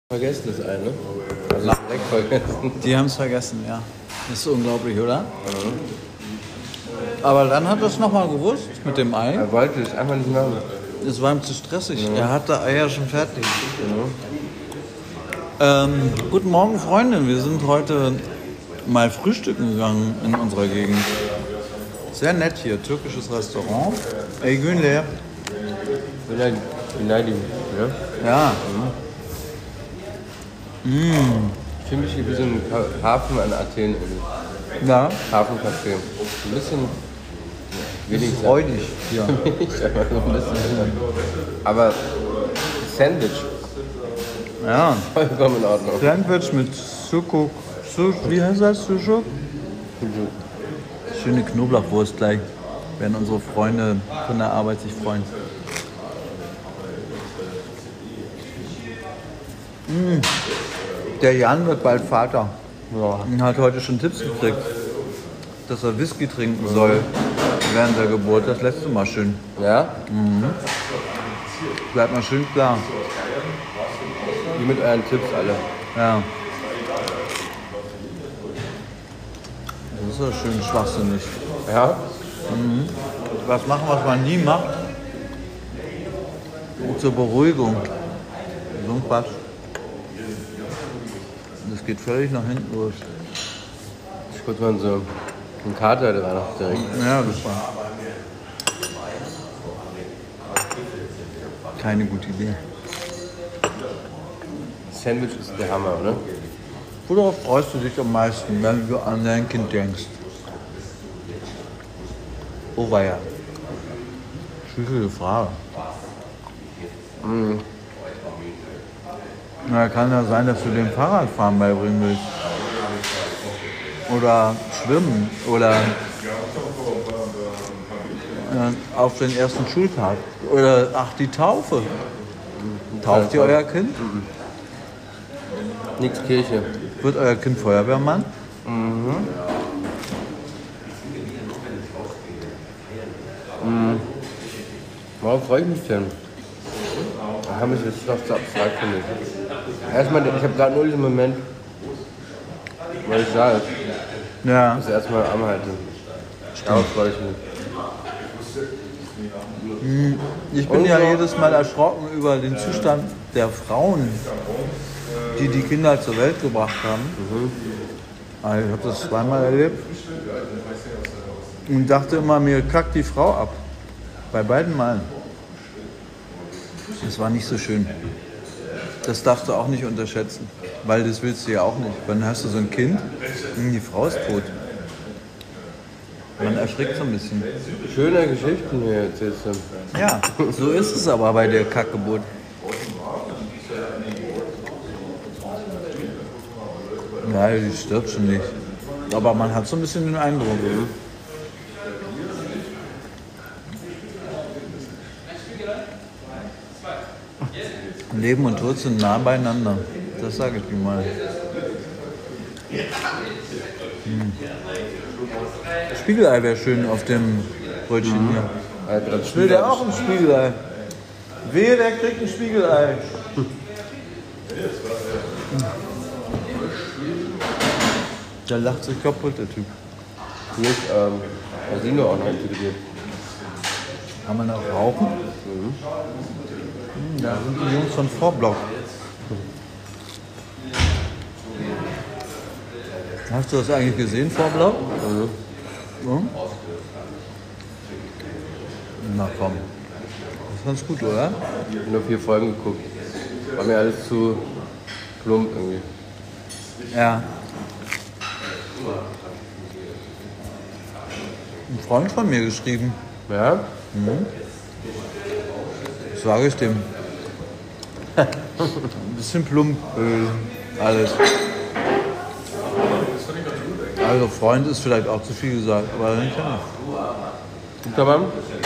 Vergessen das eine. Also direkt vergessen. Die haben es vergessen, ja. Das ist unglaublich, oder? Aber dann hat er es nochmal gewusst mit dem Ei. Er wollte es einfach nicht machen. Das war ihm zu stressig. Er hatte Eier schon fertig. Guten Morgen, Freunde. Wir sind heute mal frühstücken gegangen in unserer Gegend. Sehr nett hier, türkisches Restaurant. Ey, Günle. Beleidigung, ja? Ja. Ich fühle mich hier wie so ein Hafen an Athen. Ja. Hafencafé. Ein bisschen wenig Freudig hier. Ich einfach so ein bisschen. Aber Sandwich, Ja. vollkommen in Ordnung. Sandwich mit Sucuk. Wie heißt das? Sucuk? Schöne Knoblauchwurst gleich. Werden unsere Freunde von der Arbeit sich freuen. Der Jan wird bald Vater. Ja. Und hat heute schon Tipps gekriegt, dass er Whisky trinken soll während der Geburt. Das letzte Mal schön. Ja? Bleibt mal schön klar. Wie mit euren Tipps alle. Ja. Das ist ja schön schwachsinnig. Ja? Was machen, was man nie macht. Zur Beruhigung. So ein Quatsch. Das geht völlig nach hinten los. Ich kurz mal so einen Kater dran noch direkt. Ja, das war keine gute Idee. Sandwich ist der Hammer, oder? Worauf freust du dich am meisten, wenn du an dein Kind denkst? Oh weia. Schwierige Frage. Na, kann ja sein, dass du dem Fahrradfahren beibringen willst. Oder Schwimmen. Oder auf den ersten Schultag. Oder die Taufe. Tauft ihr euer Kind? Nix Kirche. Wird euer Kind Feuerwehrmann? Warum freue ich mich denn? Da haben wir jetzt noch zu abstrakt, finde ich. Erstmal, ich habe gerade nur diesen Moment, wo ich sage, Ja. das erstmal anhalten. Darauf freue ich mich. Ich bin ja jedes Mal erschrocken über den Zustand der Frauen, die die Kinder zur Welt gebracht haben. Also ich habe das zweimal erlebt und dachte immer, mir kackt die Frau ab. Bei beiden Malen. Das war nicht so schön. Das darfst du auch nicht unterschätzen, weil das willst du ja auch nicht. Dann hast du so ein Kind und die Frau ist tot. Man erschrickt so ein bisschen. Schöne Geschichten hier erzählst du. Ja, so ist es aber bei der Kackgeburt. Ja, die stirbt schon nicht. Aber man hat so ein bisschen den Eindruck. Leben und Tod sind nah beieinander. Das sage ich dir mal. Spiegelei wäre schön auf dem Brötchen hier. Alter, Will der auch ein Spiegelei? Wehe, der kriegt ein Spiegelei. Der lacht sich kaputt, der Typ. Nicht, Casino auch noch integriert. Kann man noch rauchen? Da sind die Jungs von Vorblock. Hast du das eigentlich gesehen, Vorblock? Ja? Na komm. Das ist ganz gut, oder? Ich habe nur 4 Folgen geguckt. War mir alles zu plump irgendwie. Ja. Ein Freund von mir geschrieben. Ja? Das sage ich dem. Ein bisschen plump. Alles. Also Freund ist vielleicht auch zu viel gesagt, aber nicht ja. Guter Mann?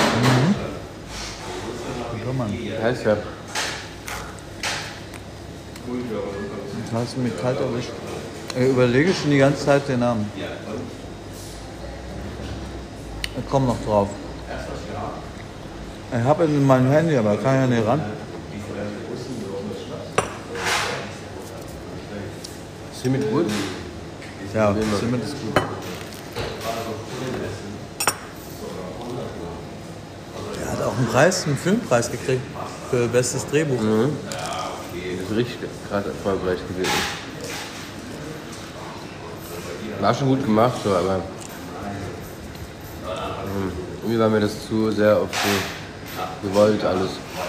Guter Mann. Heißt ja. Das hast du mich kalt erwischt. Ich überlege schon die ganze Zeit den Namen. Ich komme noch drauf. Ich habe ihn in meinem Handy, aber kann ja nicht ran. Ziemlich gut. Ja, Zimt ist gut. Er hat auch einen Filmpreis gekriegt für bestes Drehbuch. Das ist richtig krass erfolgreich gewesen. War schon gut gemacht, so, aber irgendwie war mir das zu sehr auf so gewollt alles.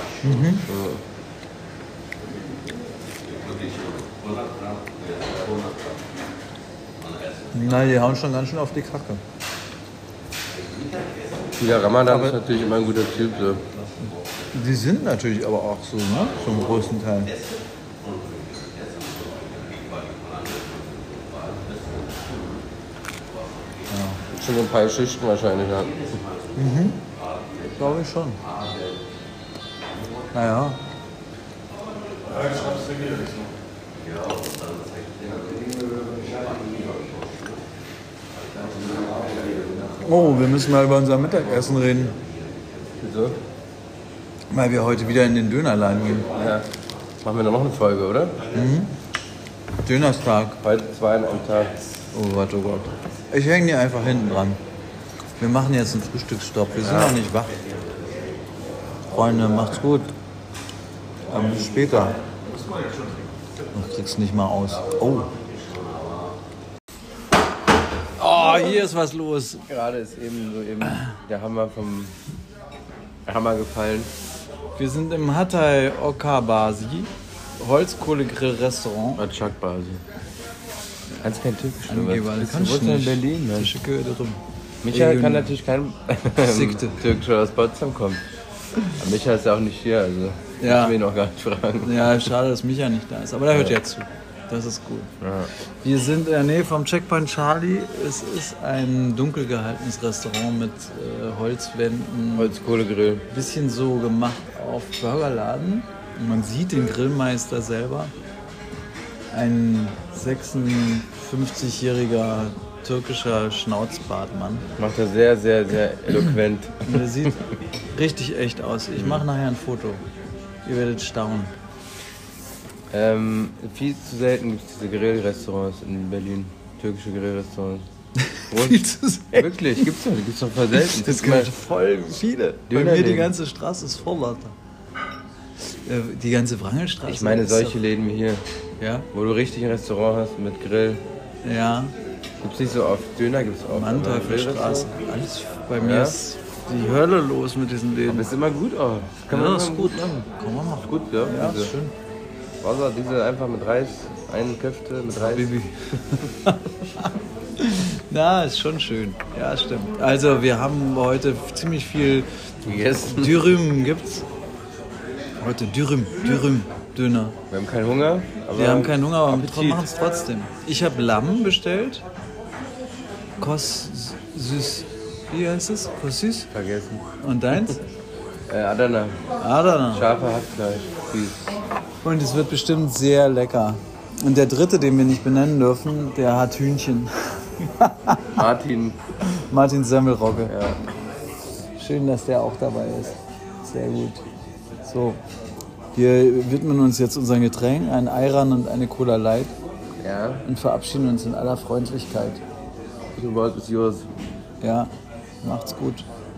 Nein, die hauen schon ganz schön auf die Kacke. Wieder Ramadan ist natürlich immer ein guter Typ. So. Die sind natürlich aber auch so, ne? Zum größten Teil. Schon ein paar Schichten wahrscheinlich, ja. Glaube ich schon. Naja. Oh, wir müssen mal über unser Mittagessen reden, Wieso? weil wir heute wieder in den Dönerladen gehen. Ja. Machen wir dann noch eine Folge, oder? Dönerstag. Heute 2 an einem Tag. Oh Gott, oh Gott. Ich hänge die einfach hinten dran. Wir machen jetzt einen Frühstücksstopp. Wir sind noch nicht wach. Freunde, macht's gut. Bis später. Ich krieg's nicht mal aus. Oh. Oh, hier ist was los. Gerade ist eben der Hammer vom Hammer gefallen. Wir sind im Hatay Okabasi, Holzkohlegrill-Restaurant. Chakbasi. Kannst kein Türkisch. Angeber, Was? kann Wo ich ist denn nicht. Berlin, Mann? Tische drum. Michael kann natürlich kein Sikte. Türkisch aus Potsdam kommen. Aber Michael ist ja auch nicht hier, also Ja. müssen wir ihn auch gar nicht fragen. Ja, schade, dass Micha nicht da ist. Aber der hört ja zu. Das ist gut. Ja. Wir sind in der Nähe vom Checkpoint Charlie. Es ist ein dunkel gehaltenes Restaurant mit Holzwänden. Holzkohlegrill. Bisschen so gemacht auf Burgerladen. Und man sieht den Grillmeister selber. Ein 56-jähriger türkischer Schnauzbartmann. Macht er sehr, sehr, sehr eloquent. Und der sieht richtig echt aus. Ich mache nachher ein Foto. Ihr werdet staunen. Viel zu selten gibt es diese Grillrestaurants in Berlin. Türkische Grillrestaurants. Viel zu selten. Wirklich, gibt's doch voll selten. Das gibt voll viele. Bei mir Dönerläden. die ganze Straße ist voll, Alter. Die ganze Wrangelstraße. Ich meine ist solche Läden wie hier, Ja, wo du richtig ein Restaurant hast mit Grill. ja. Gibt's nicht so oft. Döner gibt's auch. aber Manteuffelstraße. Grillrestaurant? Alles bei mir Ja? ist die Hölle los mit diesen Aber Läden. ist immer gut auch. Kann Ja, man ist immer gut. machen. Komm mal machen. Gut, ja. Ja, diese, ist schön. Wasser, diese einfach mit Reis, einen Köfte mit Reis. Baby. Na, ist schon schön. Ja, stimmt. Also wir haben heute ziemlich viel Gegessen. Dürüm gibt's. Heute Dürüm, Döner. Wir haben keinen Hunger. Aber Wir haben keinen Hunger, aber wir Appetit. machen es trotzdem. Ich habe Lamm bestellt. Süß. Wie heißt es? Süß. Vergessen. Und deins? Adana. Adana. Scharfe Hackfleisch. Süß. Und es wird bestimmt sehr lecker. Und der dritte, den wir nicht benennen dürfen, der hat Hühnchen. Martin Semmelrogge. Ja. Schön, dass der auch dabei ist. Sehr gut. So, wir widmen uns jetzt unseren Getränken, ein Ayran und eine Cola Light Ja. und verabschieden uns in aller Freundlichkeit. The world is yours. Ja, macht's gut.